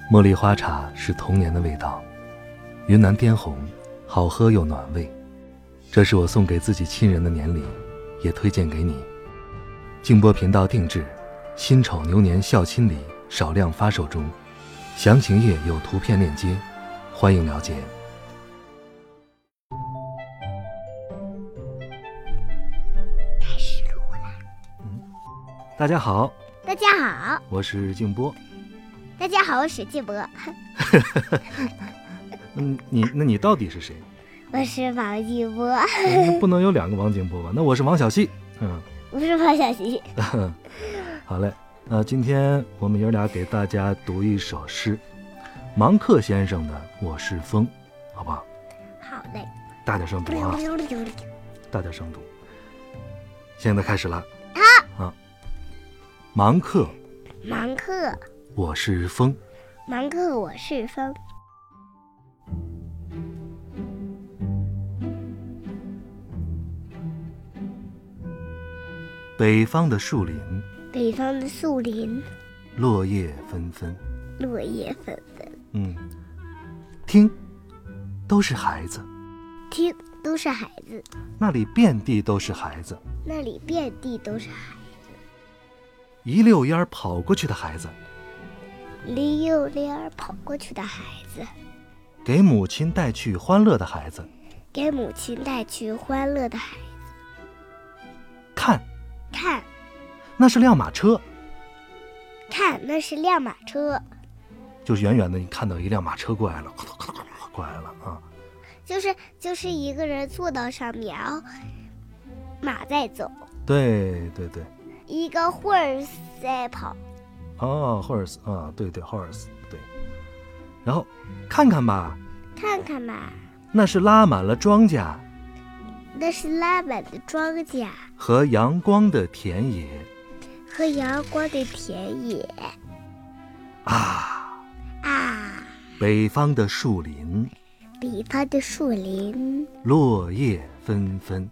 茉莉花茶是童年的味道，云南滇红，好喝又暖胃。这是我送给自己亲人的年礼，也推荐给你。静波频道定制辛丑牛年孝亲礼少量发售中，详情页有图片链接，欢迎了解。 开始录了。 大家好， 大家好， 我是静波。 大家好，我是静波。 你到底是谁？ 我是王静波。 不能有两个王静波吧？那我是王小溪。 我是王小溪。 好嘞，今天我们爷俩给大家读一首诗，芒克先生的《我是风》，好不好？ 好嘞。 大点声读啊！大点声读。现在开始了。好。芒克，我是风。 芒克，我是风。 北方的树林，落叶纷纷。听，都是孩子。那里遍地都是孩子。一溜烟跑过去的孩子。给母亲带去欢乐的孩子。看，那是辆马车。就是远远的你看到一辆马车过来了，啊！ 就是一个人坐到上面，然后马在走。 对， 一个 horse 在跑。 horse 啊，对 horse 对。然后看看吧，那是拉满了庄稼和阳光的田野。北方的树林，落叶纷纷。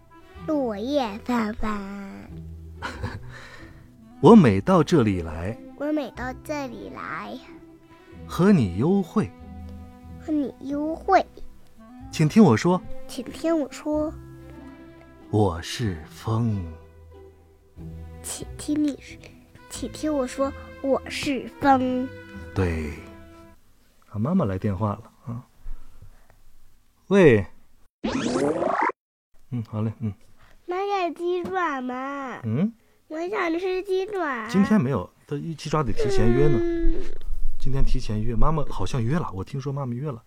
我每到这里来，和你幽会。请听我说，我是风。 请听我说，我是风。 对，妈妈来电话了啊。喂。好嘞。 妈想鸡爪吗？我想吃鸡爪。 今天没有，鸡爪得提前约呢。今天提前约，妈妈好像约了，我听说妈妈约了。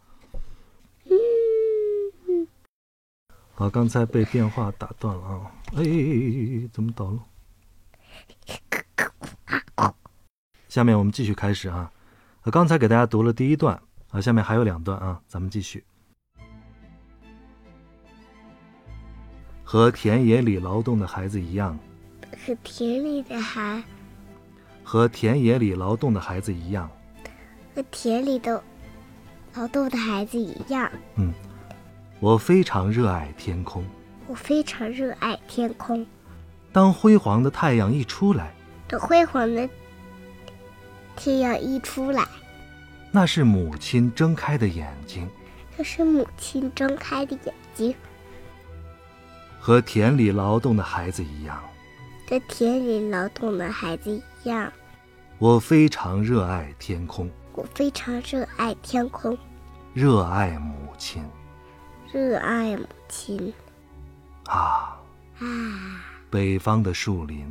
好，刚才被电话打断了啊！怎么倒了？下面我们继续开始啊！刚才给大家读了第一段啊，下面还有2段啊，咱们继续。和田野里劳动的孩子一样。 和田野里劳动的孩子一样。我非常热爱天空。当辉煌的太阳一出来，那是母亲睁开的眼睛。和田里劳动的孩子一样。我非常热爱天空。热爱母亲。北方的树林。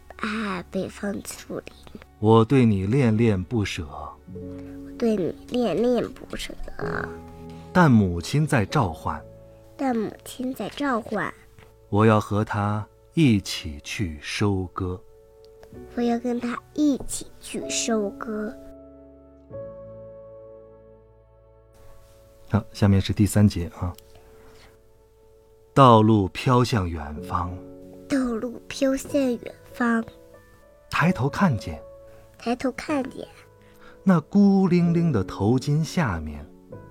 我对你恋恋不舍。但母亲在召唤。我要和她一起去收割。好，下面是第3节啊。道路飘向远方。抬头看见。那孤零零的头巾下面。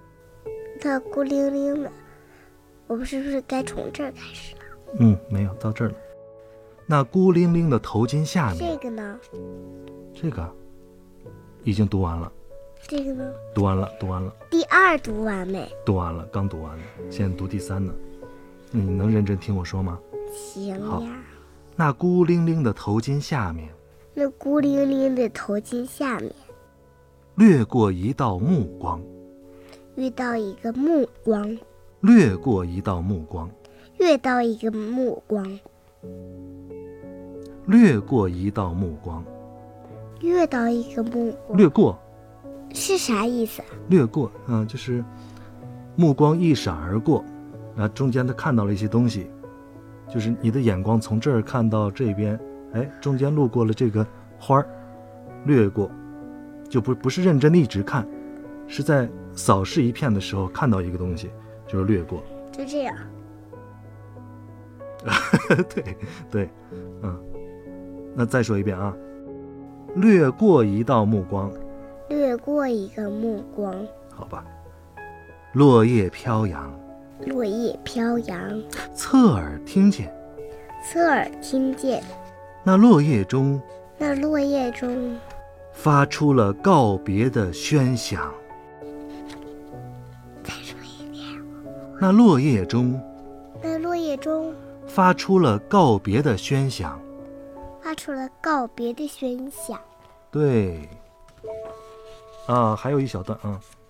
我们是不是该从这儿开始了？ 没有，到这儿了。那孤零零的头巾下面。 这个呢？ 这个已经读完了。 这个呢？ 读完了，读完了。 第2读完没？ 读完了，刚读完了，现在读第3呢。你能认真听我说吗？ 行好呀。 那孤零零的头巾下面， 那孤零零的头巾下面， 掠过一道目光， 遇到一个目光， 掠过一道目光， 遇到一个目光， 掠过一道目光， 遇到一个目光， 掠过， 是啥意思啊？ 掠过，就是目光一闪而过，然后中间他看到了一些东西，就是你的眼光从这儿看到这边，哎，中间路过了这个花儿，掠过，就不是认真的一直看，是在扫视一片的时候看到一个东西，就是掠过。 就这样。 对对，那再说一遍啊，掠过一道目光， 掠过一个目光， 好吧。落叶飘扬， 落叶飘扬， 侧耳听见， 侧耳听见， 那落叶中那落叶中发出了告别的喧响。 再说一遍。 那落叶中那落叶中发出了告别的喧响。 发出了告别的喧响。 对，还有一小段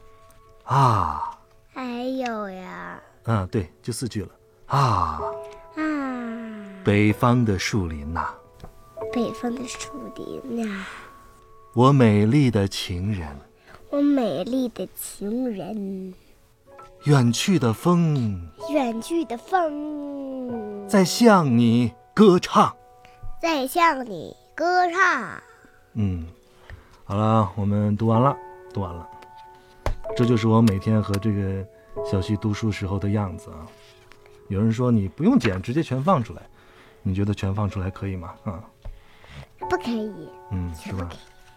还有呀。 对，就4句了啊。北方的树林呐， 北方的树林呐， 我美丽的情人， 我美丽的情人， 远去的风， 远去的风， 在向你歌唱， 在向你歌唱。 好了，我们读完了。这就是我每天和这个小溪读书时候的样子啊。有人说你不用剪，直接全放出来，你觉得全放出来可以吗？ 不可以。 是吧？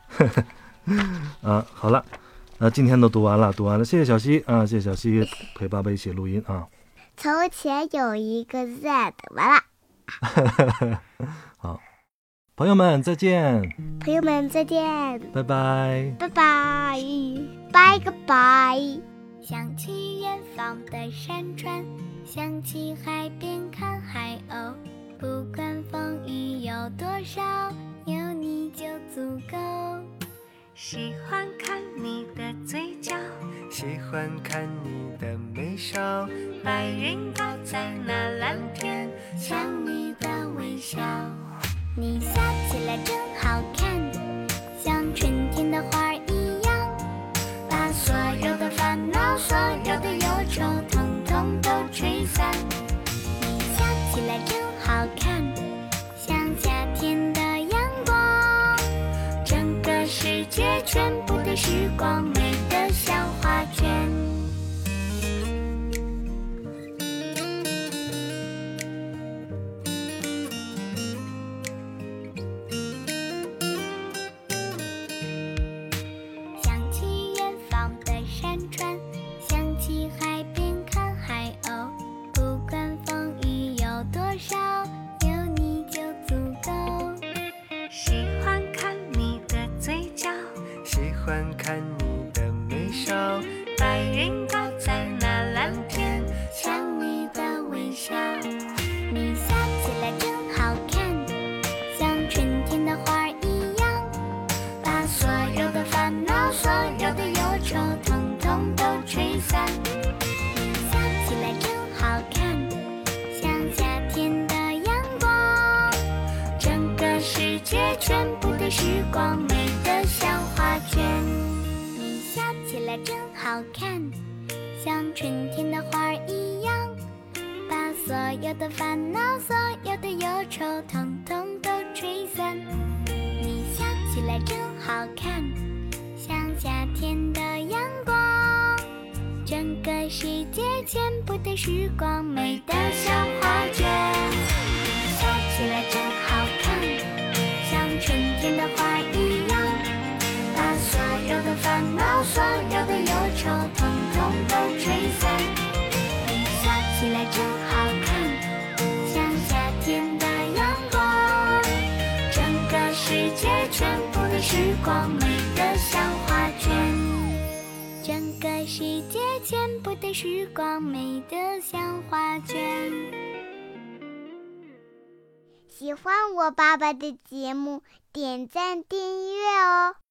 好了，今天都读完了，谢谢小溪啊，谢谢小溪陪爸爸一起录音啊。 从前有一个 Z， 完了。 好，朋友们再见。 朋友们再见。 拜拜。 拜拜。拜个拜。想起远方的山川，想起海边看海鸥，不管风雨有多少，有你就足够。 喜欢看你的嘴角，喜欢看你的眉梢，白云挂在那蓝天，像你的微笑。 你笑起来真好看，像春天的花儿一样，把所有的烦恼，所有的忧愁，统统都吹散。你笑起来真好看，像夏天的阳光，整个世界全部的时光，美得像画卷。想起远方的山川，想起海边看海鸥，不管风雨有多少，有你就足够。 喜欢看你的嘴角，喜欢看你的眉梢，白云挂在那蓝天，像你的微笑。 你笑起来真好看，像春天的花儿一样，把所有的烦恼，所有的忧愁，统统都吹散。你笑起来真好看，像夏天的阳光，整个世界全部的时光，美得像画卷。你笑起来真好看，像春天的花儿一样，把所有的烦恼，所有的忧愁，统统都吹散。你笑起来真好看，像夏天的阳光，整个世界全部的时光，美得像画卷。你笑起来真好看，像春天的花儿一样，把所有的烦恼，所有的忧愁，统统都吹散。你笑起来真好看，像夏天的阳光，整个世界全部的时光，美得像画卷。 整个世界全部的时光美得像画卷。 喜欢我爸爸的节目，点赞订阅哦。